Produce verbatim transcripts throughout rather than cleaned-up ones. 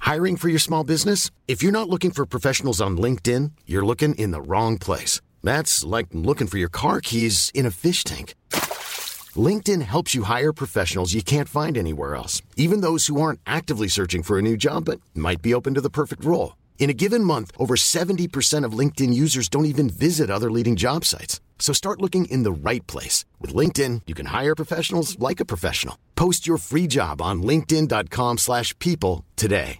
Hiring for your small business? If you're not looking for professionals on LinkedIn, you're looking in the wrong place. That's like looking for your car keys in a fish tank. LinkedIn helps you hire professionals you can't find anywhere else, even those who aren't actively searching for a new job but might be open to the perfect role. In a given month, over seventy percent of LinkedIn users don't even visit other leading job sites. So start looking in the right place. With LinkedIn, you can hire professionals like a professional. Post your free job on linkedin.com slash people today.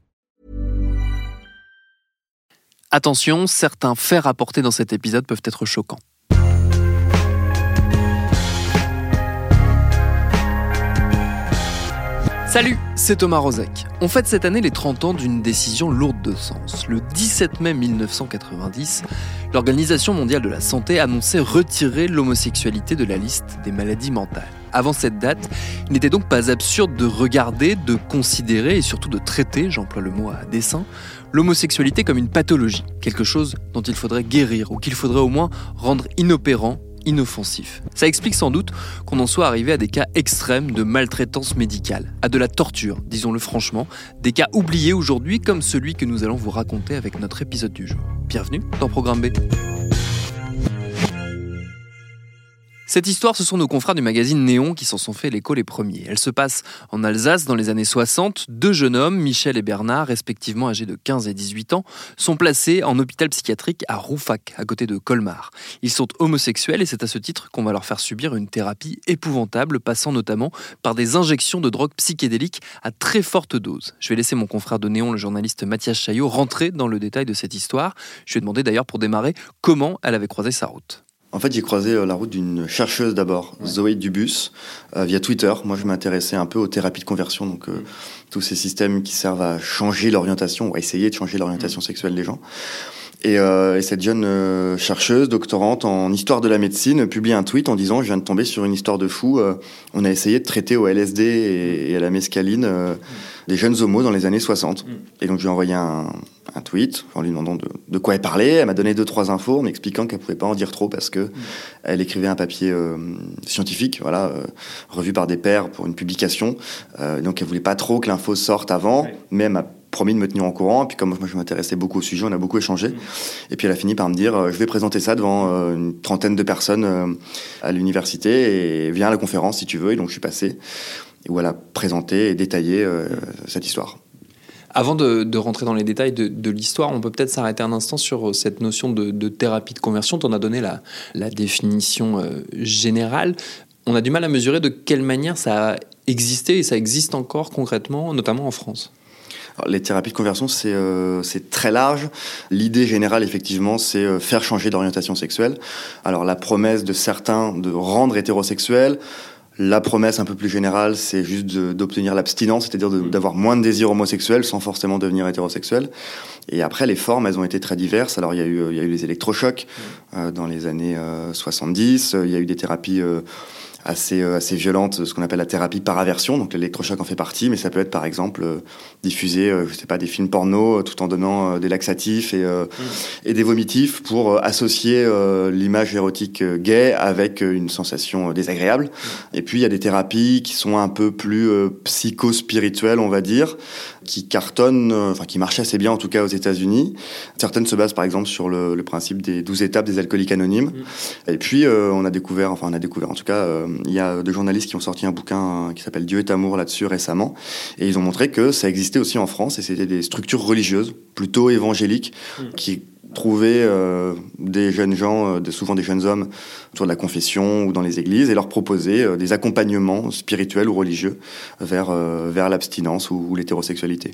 Attention, certains faits rapportés dans cet épisode peuvent être choquants. Salut, c'est Thomas Rozek. On fête cette année les trente ans d'une décision lourde de sens. Le dix-sept mai mille neuf cent quatre-vingt-dix, l'Organisation mondiale de la santé annonçait retirer l'homosexualité de la liste des maladies mentales. Avant cette date, il n'était donc pas absurde de regarder, de considérer et surtout de traiter, j'emploie le mot à dessein, l'homosexualité comme une pathologie, quelque chose dont il faudrait guérir ou qu'il faudrait au moins rendre inopérant, inoffensif. Ça explique sans doute qu'on en soit arrivé à des cas extrêmes de maltraitance médicale, à de la torture, disons-le franchement, des cas oubliés aujourd'hui comme celui que nous allons vous raconter avec notre épisode du jour. Bienvenue dans Programme B. Cette histoire, ce sont nos confrères du magazine Néon qui s'en sont fait l'écho les premiers. Elle se passe en Alsace dans les années soixante. Deux jeunes hommes, Michel et Bernard, respectivement âgés de quinze et dix-huit ans, sont placés en hôpital psychiatrique à Rouffach, à côté de Colmar. Ils sont homosexuels et c'est à ce titre qu'on va leur faire subir une thérapie épouvantable, passant notamment par des injections de drogues psychédéliques à très forte dose. Je vais laisser mon confrère de Néon, le journaliste Mathias Chaillot, rentrer dans le détail de cette histoire. Je lui ai demandé d'ailleurs pour démarrer comment elle avait croisé sa route. En fait, j'ai croisé la route d'une chercheuse d'abord, ouais. Zoé Dubus, euh, via Twitter. Moi, je m'intéressais un peu aux thérapies de conversion, donc euh, tous ces systèmes qui servent à changer l'orientation, ou à essayer de changer l'orientation sexuelle des gens. Et, euh, et cette jeune euh, chercheuse, doctorante en histoire de la médecine, publie un tweet en disant « Je viens de tomber sur une histoire de fou. Euh, on a essayé de traiter au L S D et, et à la mescaline euh, des jeunes homos dans les années soixante. » Et donc, je lui ai envoyé un, un tweet en lui demandant de, de quoi elle parlait. Elle m'a donné deux, trois infos, m'expliquant qu'elle pouvait pas en dire trop parce que mmh. elle écrivait un papier euh, scientifique, voilà, euh, revu par des pairs pour une publication. Euh, donc, elle voulait pas trop que l'info sorte avant, ouais. mais elle m'a promis de me tenir au courant. Et puis, comme moi, je m'intéressais beaucoup au sujet, on a beaucoup échangé. Mmh. Et puis, elle a fini par me dire euh, je vais présenter ça devant euh, une trentaine de personnes euh, à l'université et viens à la conférence si tu veux. Et donc, je suis passé où elle a présenté et détaillé euh, cette histoire. Avant de, de rentrer dans les détails de, de l'histoire, on peut peut-être s'arrêter un instant sur cette notion de, de thérapie de conversion. Tu en as donné la, la définition euh, générale. On a du mal à mesurer de quelle manière ça a existé et ça existe encore concrètement, notamment en France. Alors, les thérapies de conversion, c'est, euh, c'est très large. L'idée générale, effectivement, c'est euh, faire changer d'orientation sexuelle. Alors, la promesse de certains de rendre hétérosexuels. La promesse un peu plus générale, c'est juste de, d'obtenir l'abstinence, c'est-à-dire de, d'avoir moins de désir homosexuel sans forcément devenir hétérosexuel. Et après, les formes, elles ont été très diverses. Alors, il y a eu, il y a eu les électrochocs euh, dans les années euh, soixante-dix. Il y a eu des thérapies euh, assez, euh, assez violentes, ce qu'on appelle la thérapie par aversion. Donc, l'électrochoc en fait partie, mais ça peut être, par exemple, euh, diffuser, euh, je sais pas, des films porno euh, tout en donnant euh, des laxatifs et, euh, mmh. et des vomitifs pour euh, associer euh, l'image érotique euh, gay avec euh, une sensation euh, désagréable. Mmh. Et puis, il y a des thérapies qui sont un peu plus euh, psycho-spirituelles, on va dire, qui cartonnent, euh, enfin, qui marchent assez bien, en tout cas, aux États-Unis. Certaines se basent, par exemple, sur le, le principe des douze étapes des alcooliques anonymes. Mmh. Et puis, euh, on a découvert, enfin, on a découvert, en tout cas, euh, il y a des journalistes qui ont sorti un bouquin qui s'appelle Dieu est amour là-dessus récemment. Et ils ont montré que ça existait aussi en France et c'était des structures religieuses, plutôt évangéliques, mmh. qui trouvaient euh, des jeunes gens, euh, souvent des jeunes hommes, autour de la confession ou dans les églises et leur proposaient euh, des accompagnements spirituels ou religieux vers, euh, vers l'abstinence ou, ou l'hétérosexualité.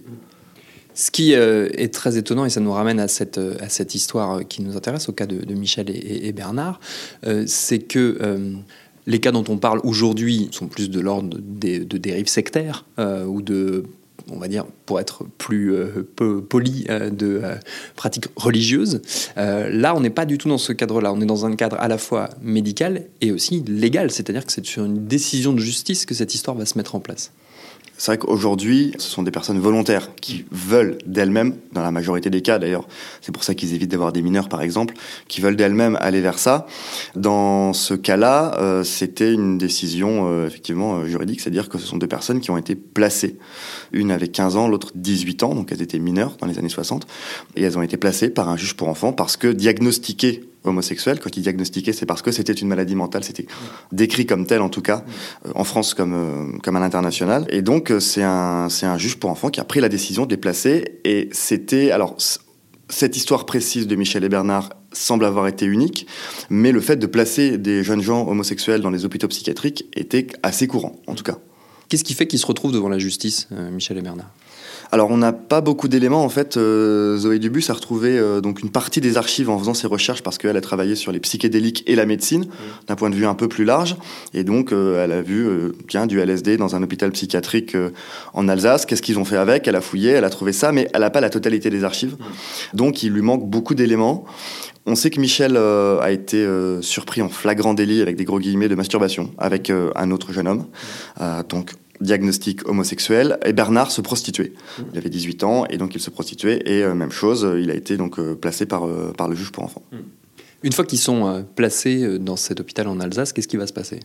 Ce qui euh, est très étonnant, et ça nous ramène à cette, à cette histoire qui nous intéresse, au cas de, de Michel et, et Bernard, euh, c'est que euh, les cas dont on parle aujourd'hui sont plus de l'ordre de, de dérives sectaires euh, ou de, on va dire, pour être plus euh, peu poli, euh, de euh, pratiques religieuses. Euh, là, on n'est pas du tout dans ce cadre-là. On est dans un cadre à la fois médical et aussi légal, c'est-à-dire que c'est sur une décision de justice que cette histoire va se mettre en place. C'est vrai qu'aujourd'hui, ce sont des personnes volontaires qui veulent d'elles-mêmes, dans la majorité des cas d'ailleurs, c'est pour ça qu'ils évitent d'avoir des mineurs par exemple, qui veulent d'elles-mêmes aller vers ça. Dans ce cas-là, euh, c'était une décision euh, effectivement euh, juridique, c'est-à-dire que ce sont deux personnes qui ont été placées, une avait quinze ans, l'autre dix-huit ans, donc elles étaient mineures dans les années soixante, et elles ont été placées par un juge pour enfants parce que diagnostiquées homosexuel, quand il diagnostiquait, c'est parce que c'était une maladie mentale, c'était décrit comme tel en tout cas, euh, en France comme, euh, comme à l'international. Et donc euh, c'est un, c'est un juge pour enfants qui a pris la décision de les placer, et c'était... alors c- cette histoire précise de Michel et Bernard semble avoir été unique, mais le fait de placer des jeunes gens homosexuels dans les hôpitaux psychiatriques était assez courant, en tout cas. Qu'est-ce qui fait qu'ils se retrouvent devant la justice, euh, Michel et Bernard ? Alors on n'a pas beaucoup d'éléments en fait. Euh, Zoé Dubus a retrouvé euh, donc une partie des archives en faisant ses recherches parce qu'elle a travaillé sur les psychédéliques et la médecine mmh. d'un point de vue un peu plus large, et donc euh, elle a vu euh, tiens du L S D dans un hôpital psychiatrique euh, en Alsace. Qu'est-ce qu'ils ont fait avec ? Elle a fouillé, elle a trouvé ça, mais elle n'a pas la totalité des archives. Mmh. Donc il lui manque beaucoup d'éléments. On sait que Michel euh, a été euh, surpris en flagrant délit avec des gros guillemets de masturbation avec euh, un autre jeune homme. Mmh. Euh, donc diagnostic homosexuel, et Bernard se prostituait. Il avait dix-huit ans et donc il se prostituait, et euh, même chose, il a été donc euh, placé par, euh, par le juge pour enfants. Une fois qu'ils sont euh, placés dans cet hôpital en Alsace, qu'est-ce qui va se passer ?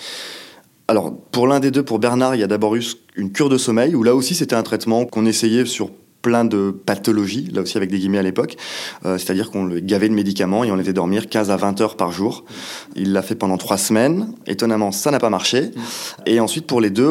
Alors pour l'un des deux, pour Bernard, il y a d'abord eu une cure de sommeil où là aussi c'était un traitement qu'on essayait sur plein de pathologies, là aussi avec des guillemets à l'époque, euh, c'est-à-dire qu'on le gavait de médicaments et on le faisait dormir quinze à vingt heures par jour. Il l'a fait pendant trois semaines. Étonnamment, ça n'a pas marché. Et ensuite, pour les deux,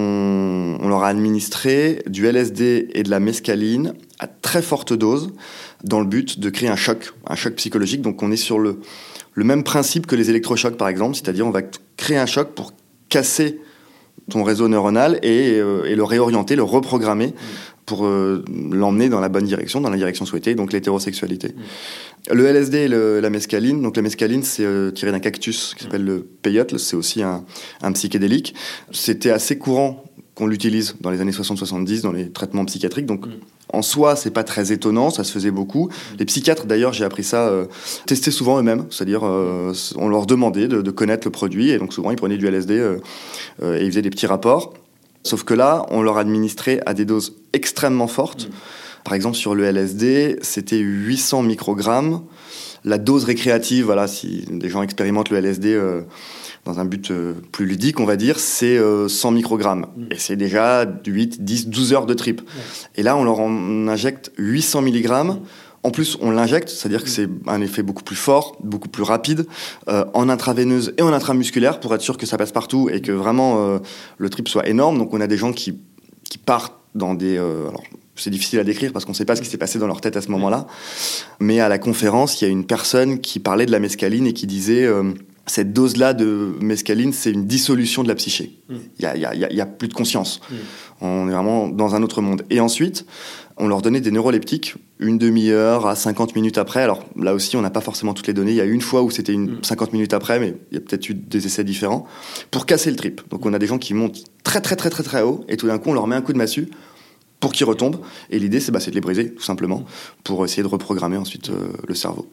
on, on leur a administré du L S D et de la mescaline à très forte dose dans le but de créer un choc, un choc psychologique. Donc on est sur le, le même principe que les électrochocs, par exemple, c'est-à-dire on va créer un choc pour casser ton réseau neuronal et, euh, et le réorienter, le reprogrammer pour euh, l'emmener dans la bonne direction, dans la direction souhaitée, donc l'hétérosexualité. Mmh. Le L S D et le, la mescaline, donc la mescaline c'est euh, tiré d'un cactus qui s'appelle le peyote, c'est aussi un, un psychédélique. C'était assez courant qu'on l'utilise dans les années soixante soixante-dix dans les traitements psychiatriques, donc mmh. en soi c'est pas très étonnant, ça se faisait beaucoup. Mmh. Les psychiatres d'ailleurs, j'ai appris ça, euh, testaient souvent eux-mêmes, c'est-à-dire euh, on leur demandait de, de connaître le produit, et donc souvent ils prenaient du L S D euh, euh, et ils faisaient des petits rapports. Sauf que là, on leur administrait à des doses extrêmement fortes. Mmh. Par exemple, sur le L S D, c'était huit cents microgrammes. La dose récréative, voilà, si des gens expérimentent le L S D euh, dans un but euh, plus ludique, on va dire, c'est euh, cent microgrammes. Mmh. Et c'est déjà huit, dix, douze heures de trip. Mmh. Et là, on leur en injecte huit cents milligrammes. Mmh. En plus, on l'injecte, c'est-à-dire que c'est un effet beaucoup plus fort, beaucoup plus rapide, euh, en intraveineuse et en intramusculaire, pour être sûr que ça passe partout et que vraiment euh, le trip soit énorme. Donc on a des gens qui, qui partent dans des... Euh, alors, c'est difficile à décrire parce qu'on ne sait pas ce qui s'est passé dans leur tête à ce moment-là. Mais à la conférence, il y a une personne qui parlait de la mescaline et qui disait... Euh, cette dose-là de mescaline, c'est une dissolution de la psyché. Il mmh. n'y a, y a, y a plus de conscience. Mmh. On est vraiment dans un autre monde. Et ensuite, on leur donnait des neuroleptiques une demi-heure à cinquante minutes après. Alors là aussi, on n'a pas forcément toutes les données. Il y a une fois où c'était une mmh. cinquante minutes après, mais il y a peut-être eu des essais différents, pour casser le trip. Donc on a des gens qui montent très très très très très haut, et tout d'un coup, on leur met un coup de massue pour qu'ils retombent. Et l'idée, c'est, bah, c'est de les briser, tout simplement, pour essayer de reprogrammer ensuite euh, le cerveau.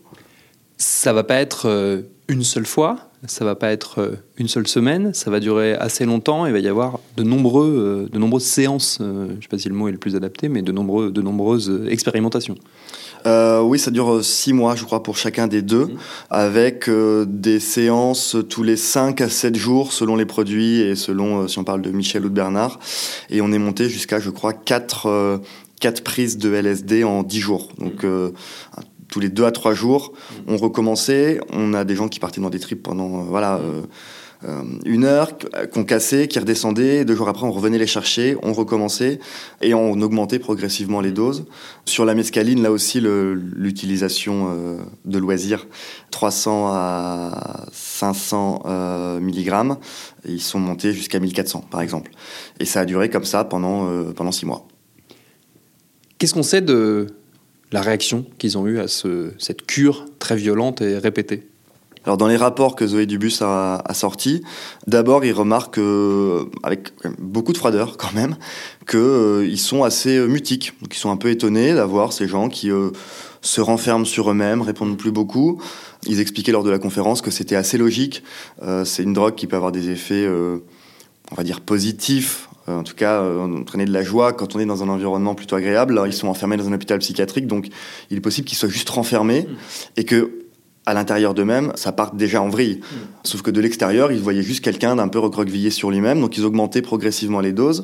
Ça va pas être euh, une seule fois, ça va pas être euh, une seule semaine, ça va durer assez longtemps, il va y avoir de, nombreux, euh, de nombreuses séances, euh, je ne sais pas si le mot est le plus adapté, mais de, nombreux, de nombreuses euh, expérimentations. Euh, oui, ça dure six mois, je crois, pour chacun des deux, mmh. avec euh, des séances tous les cinq à sept jours, selon les produits et selon, euh, si on parle de Michel ou de Bernard. Et on est monté jusqu'à, je crois, quatre, euh, quatre prises de L S D en dix jours. Donc, euh, tous les deux à trois jours, on recommençait. On a des gens qui partaient dans des trips pendant, euh, voilà... Euh, Euh, une heure, qu'on cassait, qui redescendait, deux jours après on revenait les chercher, on recommençait et on augmentait progressivement les doses. Sur la mescaline, là aussi le, l'utilisation euh, de loisirs, trois cents à cinq cents euh, milligrammes, ils sont montés jusqu'à mille quatre cents par exemple. Et ça a duré comme ça pendant, euh, pendant six mois. Qu'est-ce qu'on sait de la réaction qu'ils ont eue à ce, cette cure très violente et répétée ? Alors dans les rapports que Zoé Dubus a, a sortis, d'abord ils remarquent, euh, avec beaucoup de froideur quand même, qu'ils euh, sont assez euh, mutiques, qu'ils sont un peu étonnés d'avoir ces gens qui euh, se renferment sur eux-mêmes, répondent plus beaucoup. Ils expliquaient lors de la conférence que c'était assez logique, euh, c'est une drogue qui peut avoir des effets, euh, on va dire, positifs, euh, en tout cas euh, entraîner de la joie quand on est dans un environnement plutôt agréable. Alors, ils sont enfermés dans un hôpital psychiatrique, donc il est possible qu'ils soient juste renfermés mmh. et que à l'intérieur d'eux-mêmes, ça part déjà en vrille. Mmh. Sauf que de l'extérieur, ils voyaient juste quelqu'un d'un peu recroquevillé sur lui-même, donc ils augmentaient progressivement les doses.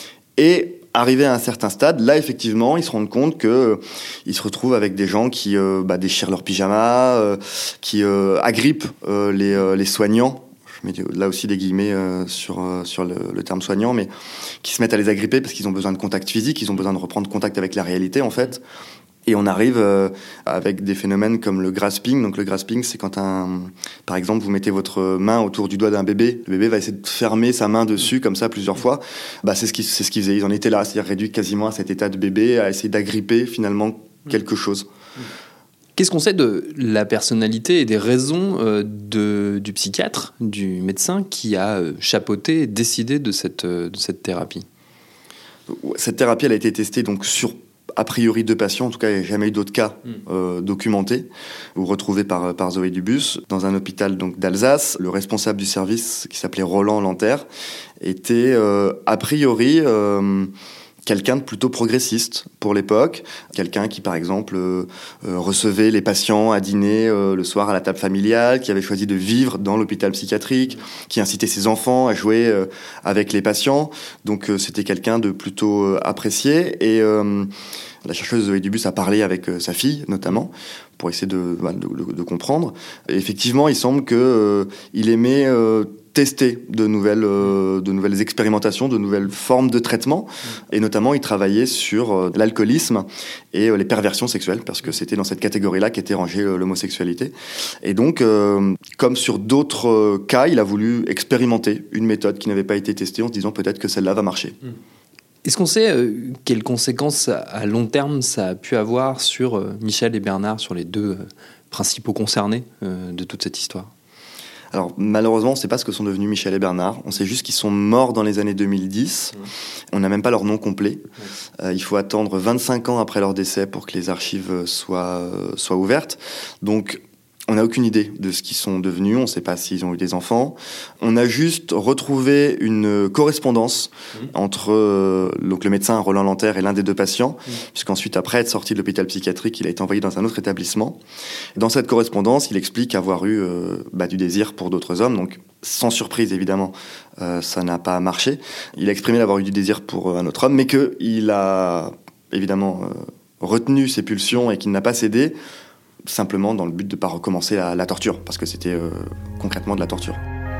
Et arrivé à un certain stade, là, effectivement, ils se rendent compte qu'ils euh, se retrouvent avec des gens qui euh, bah, déchirent leurs pyjamas, euh, qui euh, agrippent euh, les, euh, les soignants. Je mets là aussi des guillemets euh, sur, euh, sur le, le terme soignant, mais qui se mettent à les agripper parce qu'ils ont besoin de contact physique, ils ont besoin de reprendre contact avec la réalité, en fait. Et on arrive euh, avec des phénomènes comme le grasping. Donc le grasping, c'est quand, un, par exemple, vous mettez votre main autour du doigt d'un bébé. Le bébé va essayer de fermer sa main dessus comme ça plusieurs fois. Bah, c'est ce qu'ils, c'est ce qu'ils faisaient. Ils en étaient là, c'est-à-dire réduits quasiment à cet état de bébé, à essayer d'agripper finalement quelque chose. Qu'est-ce qu'on sait de la personnalité et des raisons euh, de, du psychiatre, du médecin qui a euh, chapeauté et décidé de cette, euh, de cette thérapie ? Cette thérapie, elle a été testée donc sur a priori deux patients, en tout cas il n'y a jamais eu d'autres cas euh, documentés ou retrouvés par, par Zoé Dubus dans un hôpital donc, d'Alsace. Le responsable du service, qui s'appelait Roland Lanter, était euh, a priori euh, quelqu'un de plutôt progressiste pour l'époque, quelqu'un qui par exemple euh, euh, recevait les patients à dîner euh, le soir à la table familiale, qui avait choisi de vivre dans l'hôpital psychiatrique, qui incitait ses enfants à jouer euh, avec les patients, donc euh, c'était quelqu'un de plutôt euh, apprécié. Et euh, la chercheuse Zoé Dubus a parlé avec euh, sa fille notamment pour essayer de, de, de, de comprendre. Et effectivement, il semble qu'il euh, aimait euh, tester de nouvelles, euh, de nouvelles expérimentations, de nouvelles formes de traitement. Et notamment, il travaillait sur euh, l'alcoolisme et euh, les perversions sexuelles, parce que c'était dans cette catégorie-là qu'était rangée euh, l'homosexualité. Et donc, euh, comme sur d'autres euh, cas, il a voulu expérimenter une méthode qui n'avait pas été testée en se disant peut-être que celle-là va marcher. Mmh. Est-ce qu'on sait euh, quelles conséquences à long terme ça a pu avoir sur euh, Michel et Bernard, sur les deux euh, principaux concernés euh, de toute cette histoire ? Alors malheureusement, on ne sait pas ce que sont devenus Michel et Bernard. On sait juste qu'ils sont morts dans les années deux mille dix. Mmh. On n'a même pas leur nom complet. Mmh. Euh, il faut attendre vingt-cinq ans après leur décès pour que les archives soient, euh, soient ouvertes. Donc on n'a aucune idée de ce qu'ils sont devenus. On ne sait pas s'ils ont eu des enfants. On a juste retrouvé une correspondance mmh. entre euh, donc le médecin Roland Lanter et l'un des deux patients, mmh. puisqu'ensuite, après être sorti de l'hôpital psychiatrique, il a été envoyé dans un autre établissement. Dans cette correspondance, il explique avoir eu euh, bah, du désir pour d'autres hommes. Donc, sans surprise, évidemment, euh, ça n'a pas marché. Il a exprimé d'avoir eu du désir pour euh, un autre homme, mais qu'il a évidemment euh, retenu ses pulsions et qu'il n'a pas cédé, simplement dans le but de ne pas recommencer la, la torture, parce que c'était euh, concrètement de la torture.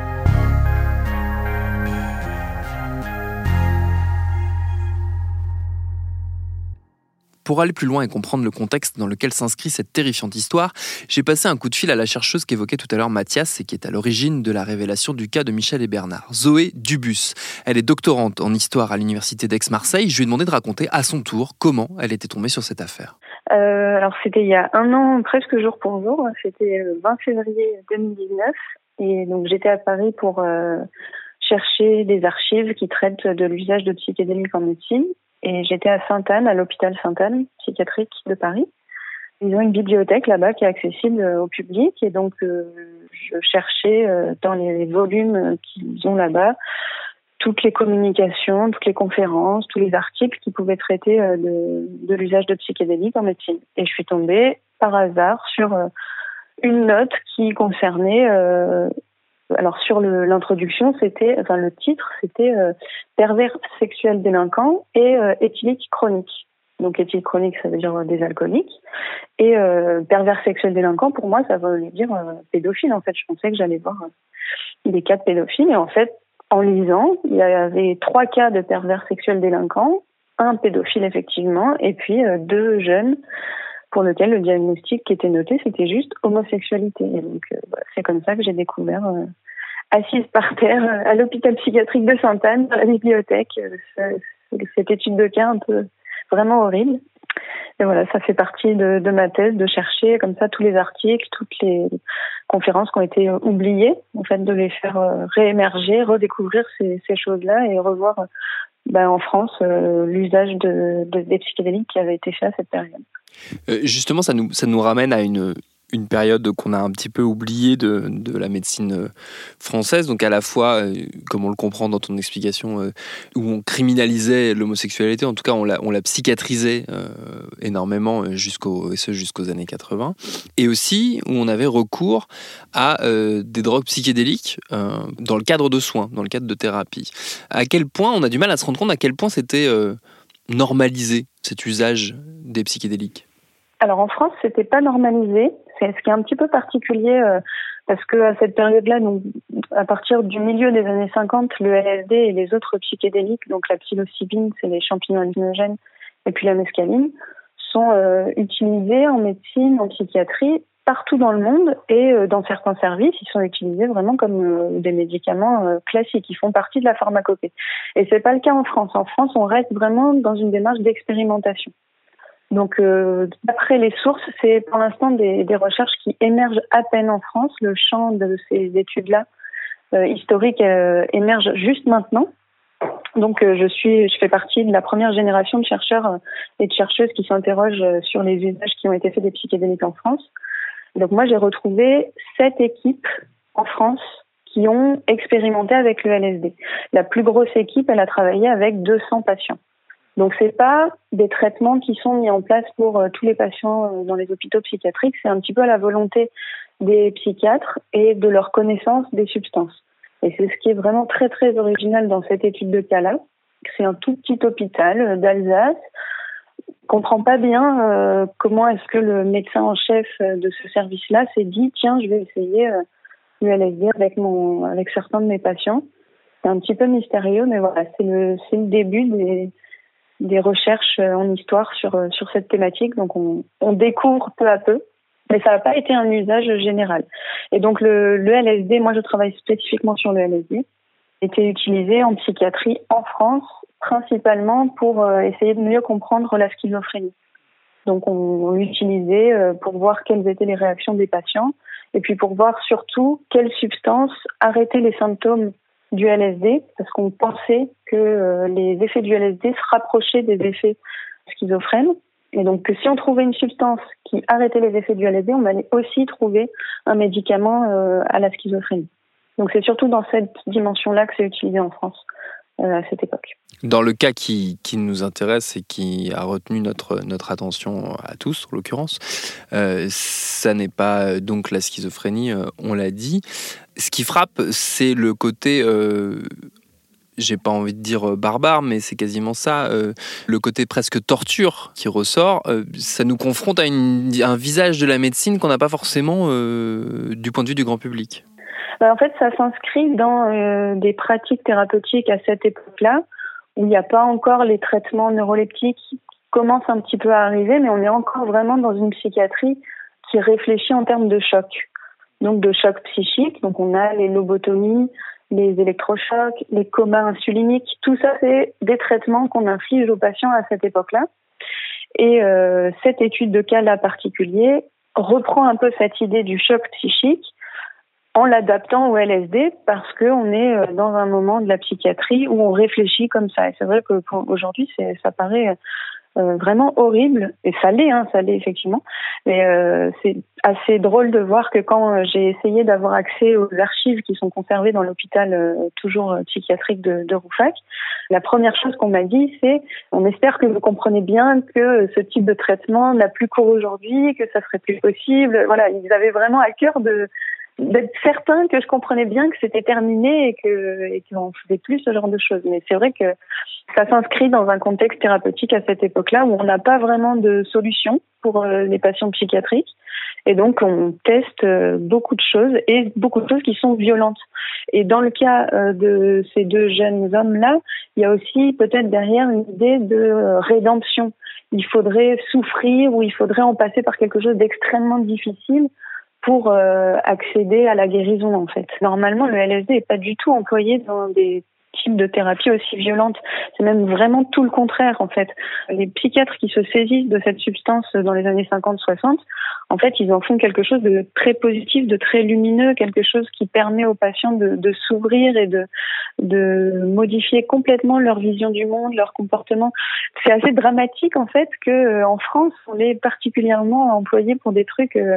Pour aller plus loin et comprendre le contexte dans lequel s'inscrit cette terrifiante histoire, j'ai passé un coup de fil à la chercheuse qu'évoquait tout à l'heure Mathias et qui est à l'origine de la révélation du cas de Michel et Bernard, Zoé Dubus. Elle est doctorante en histoire à l'université d'Aix-Marseille. Je lui ai demandé de raconter à son tour comment elle était tombée sur cette affaire. Euh, alors c'était il y a un an, presque jour pour jour, c'était le vingt février deux mille dix-neuf, et donc j'étais à Paris pour euh, chercher des archives qui traitent de l'usage de psychédéliques en médecine, et j'étais à Sainte-Anne, à l'hôpital Sainte-Anne, psychiatrique de Paris. Ils ont une bibliothèque là-bas qui est accessible au public, et donc euh, je cherchais euh, dans les volumes qu'ils ont là-bas toutes les communications, toutes les conférences, tous les articles qui pouvaient traiter euh, de, de l'usage de psychédéliques en médecine. Et je suis tombée par hasard sur euh, une note qui concernait, euh, alors sur le, l'introduction, c'était, enfin le titre, c'était euh, pervers sexuel délinquant et euh, éthylique chronique. Donc éthylique chronique, ça veut dire euh, des alcooliques. Et euh, pervers sexuel délinquant, pour moi, ça veut dire euh, pédophile. En fait, je pensais que j'allais voir euh, des cas de pédophiles. Et en fait, en lisant, il y avait trois cas de pervers sexuels délinquants, un pédophile effectivement, et puis euh, deux jeunes pour lesquels le diagnostic qui était noté, c'était juste homosexualité. Et donc euh, voilà, c'est comme ça que j'ai découvert, euh, assise par terre, euh, à l'hôpital psychiatrique de Sainte-Anne, dans la bibliothèque, euh, ce, cette étude de cas un peu vraiment horrible. Et voilà, ça fait partie de, de ma thèse, de chercher comme ça tous les articles, toutes les conférences qui ont été oubliées, en fait, de les faire euh, réémerger, redécouvrir ces, ces choses-là et revoir euh, ben, en France euh, l'usage de, de, des psychédéliques qui avait été fait à cette période. Euh, justement, ça nous, ça nous ramène à une, une période qu'on a un petit peu oubliée de, de la médecine française, donc à la fois, comme on le comprend dans ton explication, où on criminalisait l'homosexualité, en tout cas on la, on la psychiatrisait euh, énormément, jusqu'au, et ce jusqu'aux années quatre-vingts, et aussi où on avait recours à euh, des drogues psychédéliques euh, dans le cadre de soins, dans le cadre de thérapie. À quel point, on a du mal à se rendre compte à quel point c'était euh, normalisé, cet usage des psychédéliques. Alors en France, c'était pas normalisé. C'est ce qui est un petit peu particulier euh, parce que à cette période-là, donc à partir du milieu des années cinquante, le L S D et les autres psychédéliques, donc la psilocybine, c'est les champignons hallucinogènes, et puis la mescaline, sont euh, utilisés en médecine, en psychiatrie, partout dans le monde, et euh, dans certains services, ils sont utilisés vraiment comme euh, des médicaments euh, classiques. Ils font partie de la pharmacopée. Et c'est pas le cas en France. En France, on reste vraiment dans une démarche d'expérimentation. Donc, euh, d'après les sources, c'est pour l'instant des, des recherches qui émergent à peine en France. Le champ de ces études-là, euh, historiques, euh, émerge juste maintenant. Donc, euh, je suis, je fais partie de la première génération de chercheurs euh, et de chercheuses qui s'interrogent euh, sur les usages qui ont été faits des psychédéliques en France. Donc, moi, j'ai retrouvé sept équipes en France qui ont expérimenté avec le L S D. La plus grosse équipe, elle a travaillé avec deux cents patients. Donc, c'est pas des traitements qui sont mis en place pour euh, tous les patients euh, dans les hôpitaux psychiatriques. C'est un petit peu à la volonté des psychiatres et de leur connaissance des substances. Et c'est ce qui est vraiment très, très original dans cette étude de cas-là. C'est un tout petit hôpital euh, d'Alsace. On comprend pas bien euh, comment est-ce que le médecin en chef euh, de ce service-là s'est dit « Tiens, je vais essayer euh, le L S D avec, mon, avec certains de mes patients ». C'est un petit peu mystérieux, mais voilà, c'est le, c'est le début des... des recherches en histoire sur sur cette thématique, donc on, on découvre peu à peu, mais ça n'a pas été un usage général. Et donc le, le L S D, moi je travaille spécifiquement sur le L S D, était utilisé en psychiatrie en France, principalement pour euh, essayer de mieux comprendre la schizophrénie. Donc on, on l'utilisait euh, pour voir quelles étaient les réactions des patients, et puis pour voir surtout quelles substances arrêtaient les symptômes du L S D, parce qu'on pensait que euh, les effets du L S D se rapprochaient des effets schizophrènes. Et donc que si on trouvait une substance qui arrêtait les effets du L S D, on allait aussi trouver un médicament euh, à la schizophrénie. Donc c'est surtout dans cette dimension-là que c'est utilisé en France euh, à cette époque. Dans le cas qui, qui nous intéresse et qui a retenu notre, notre attention à tous, en l'occurrence, euh, ça n'est pas donc la schizophrénie, euh, on l'a dit. Ce qui frappe, c'est le côté, euh, j'ai pas envie de dire barbare, mais c'est quasiment ça, euh, le côté presque torture qui ressort. Euh, ça nous confronte à, une, à un visage de la médecine qu'on n'a pas forcément euh, du point de vue du grand public. En fait, ça s'inscrit dans euh, des pratiques thérapeutiques à cette époque-là, où il n'y a pas encore les traitements neuroleptiques qui commencent un petit peu à arriver, mais on est encore vraiment dans une psychiatrie qui réfléchit en termes de choc. Donc de choc psychique, donc on a les lobotomies, les électrochocs, les comas insuliniques, tout ça c'est des traitements qu'on inflige aux patients à cette époque-là. Et euh, cette étude de cas-là particulier reprend un peu cette idée du choc psychique en l'adaptant au L S D parce qu'on est dans un moment de la psychiatrie où on réfléchit comme ça. Et c'est vrai que pour aujourd'hui, c'est, ça paraît euh, vraiment horrible, et ça l'est, hein, ça l'est effectivement. Mais euh, c'est assez drôle de voir que quand j'ai essayé d'avoir accès aux archives qui sont conservées dans l'hôpital euh, toujours psychiatrique de, de Rouffach, la première chose qu'on m'a dit, c'est « on espère que vous comprenez bien que ce type de traitement n'a plus cours aujourd'hui, que ça serait plus possible ». Voilà, ils avaient vraiment à cœur de d'être certain que je comprenais bien que c'était terminé et que et qu'on ne faisait plus ce genre de choses. Mais c'est vrai que ça s'inscrit dans un contexte thérapeutique à cette époque-là où on n'a pas vraiment de solution pour euh, les patients psychiatriques. Et donc, on teste euh, beaucoup de choses et beaucoup de choses qui sont violentes. Et dans le cas euh, de ces deux jeunes hommes-là, il y a aussi peut-être derrière une idée de euh, rédemption. Il faudrait souffrir ou il faudrait en passer par quelque chose d'extrêmement difficile pour euh, accéder à la guérison, en fait. Normalement, le L S D n'est pas du tout employé dans des types de thérapies aussi violentes. C'est même vraiment tout le contraire, en fait. Les psychiatres qui se saisissent de cette substance dans les années cinquante soixante, en fait, ils en font quelque chose de très positif, de très lumineux, quelque chose qui permet aux patients de, de s'ouvrir et de, de modifier complètement leur vision du monde, leur comportement. C'est assez dramatique, en fait, que euh, en France, on l'ait particulièrement employé pour des trucs... Euh,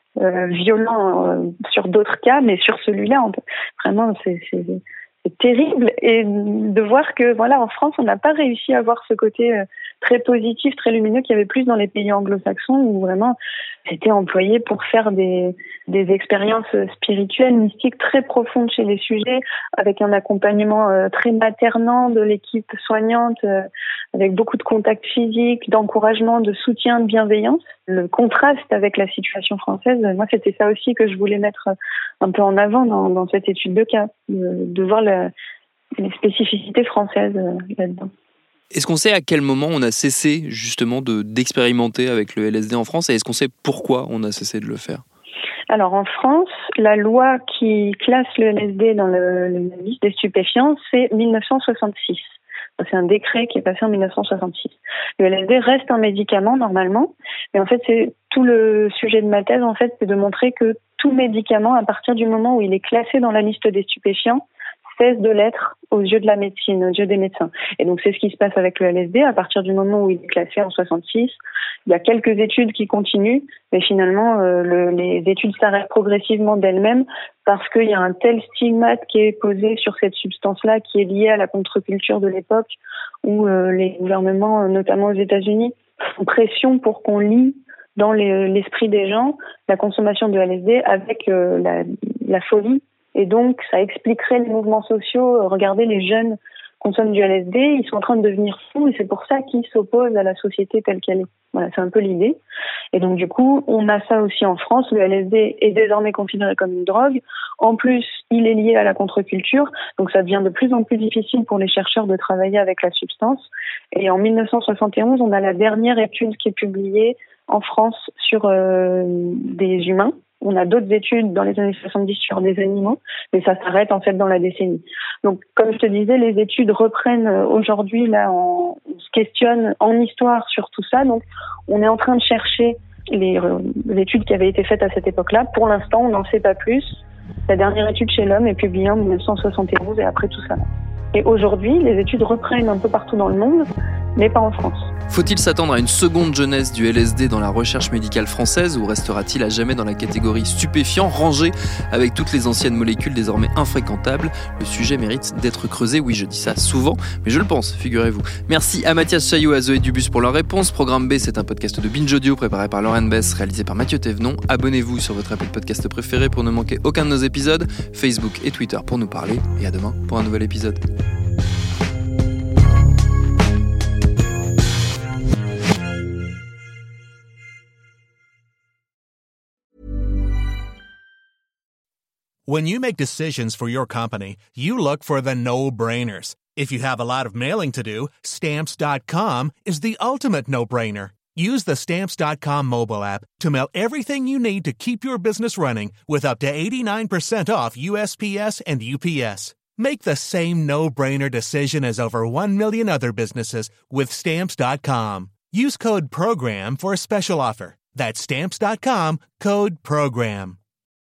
euh, violent euh, sur d'autres cas, mais sur celui-là, on peut, vraiment, c'est, c'est, c'est terrible. Et de voir que, voilà, en France, on n'a pas réussi à avoir ce côté euh, très positif, très lumineux qu'il y avait plus dans les pays anglo-saxons, où vraiment c'était employé pour faire des, des expériences spirituelles, mystiques très profondes chez les sujets, avec un accompagnement euh, très maternant de l'équipe soignante, euh, avec beaucoup de contacts physiques, d'encouragement, de soutien, de bienveillance. Le contraste avec la situation française, moi c'était ça aussi que je voulais mettre un peu en avant dans, dans cette étude de cas, de, de voir la, les spécificités françaises euh, là-dedans. Est-ce qu'on sait à quel moment on a cessé justement de, d'expérimenter avec le L S D en France et est-ce qu'on sait pourquoi on a cessé de le faire ? Alors en France, la loi qui classe le L S D dans le, le, la liste des stupéfiants, c'est dix-neuf cent soixante-six. C'est un décret qui est passé en dix-neuf cent soixante-six. Le L S D reste un médicament normalement, mais en fait c'est tout le sujet de ma thèse en fait, c'est de montrer que tout médicament, à partir du moment où il est classé dans la liste des stupéfiants, cesse de l'être aux yeux de la médecine, aux yeux des médecins. Et donc c'est ce qui se passe avec le L S D. À partir du moment où il est classé en soixante-six, il y a quelques études qui continuent, mais finalement euh, le, les études s'arrêtent progressivement d'elles-mêmes parce qu'il y a un tel stigmate qui est posé sur cette substance-là, qui est lié à la contre-culture de l'époque, où euh, les gouvernements, notamment aux États-Unis, font pression pour qu'on lie dans les, l'esprit des gens la consommation de L S D avec euh, la, la folie. Et donc, ça expliquerait les mouvements sociaux. Regardez, les jeunes consomment du L S D, ils sont en train de devenir fous et c'est pour ça qu'ils s'opposent à la société telle qu'elle est. Voilà, c'est un peu l'idée. Et donc, du coup, on a ça aussi en France. Le L S D est désormais considéré comme une drogue. En plus, il est lié à la contre-culture. Donc, ça devient de plus en plus difficile pour les chercheurs de travailler avec la substance. Et en dix-neuf cent soixante et onze, on a la dernière étude qui est publiée en France sur euh, des humains. On a d'autres études dans les années soixante-dix sur des animaux, mais ça s'arrête en fait dans la décennie. Donc, comme je te disais, les études reprennent aujourd'hui, là, on, on se questionne en histoire sur tout ça. Donc, on est en train de chercher les, les études qui avaient été faites à cette époque-là. Pour l'instant, on n'en sait pas plus. La dernière étude chez l'homme est publiée en dix-neuf cent soixante et onze et après tout ça. Et aujourd'hui, les études reprennent un peu partout dans le monde, mais pas en France. Faut-il s'attendre à une seconde jeunesse du L S D dans la recherche médicale française ou restera-t-il à jamais dans la catégorie stupéfiant, rangé avec toutes les anciennes molécules désormais infréquentables ? Le sujet mérite d'être creusé. Oui, je dis ça souvent, mais je le pense, figurez-vous. Merci à Mathias Chaillot, à Zoé Dubus pour leur réponse. Programme B, c'est un podcast de Binge Audio préparé par Lauren Bess, réalisé par Mathieu Thévenon. Abonnez-vous sur votre appli de podcast préféré pour ne manquer aucun de nos épisodes. Facebook et Twitter pour nous parler. Et à demain pour un nouvel épisode. When you make decisions for your company, you look for the no-brainers. If you have a lot of mailing to do, Stamps dot com is the ultimate no-brainer. Use the Stamps dot com mobile app to mail everything you need to keep your business running with up to eighty-nine percent off U S P S and U P S. Make the same no-brainer decision as over one million other businesses with Stamps dot com. Use code PROGRAM for a special offer. That's Stamps dot com, code PROGRAM.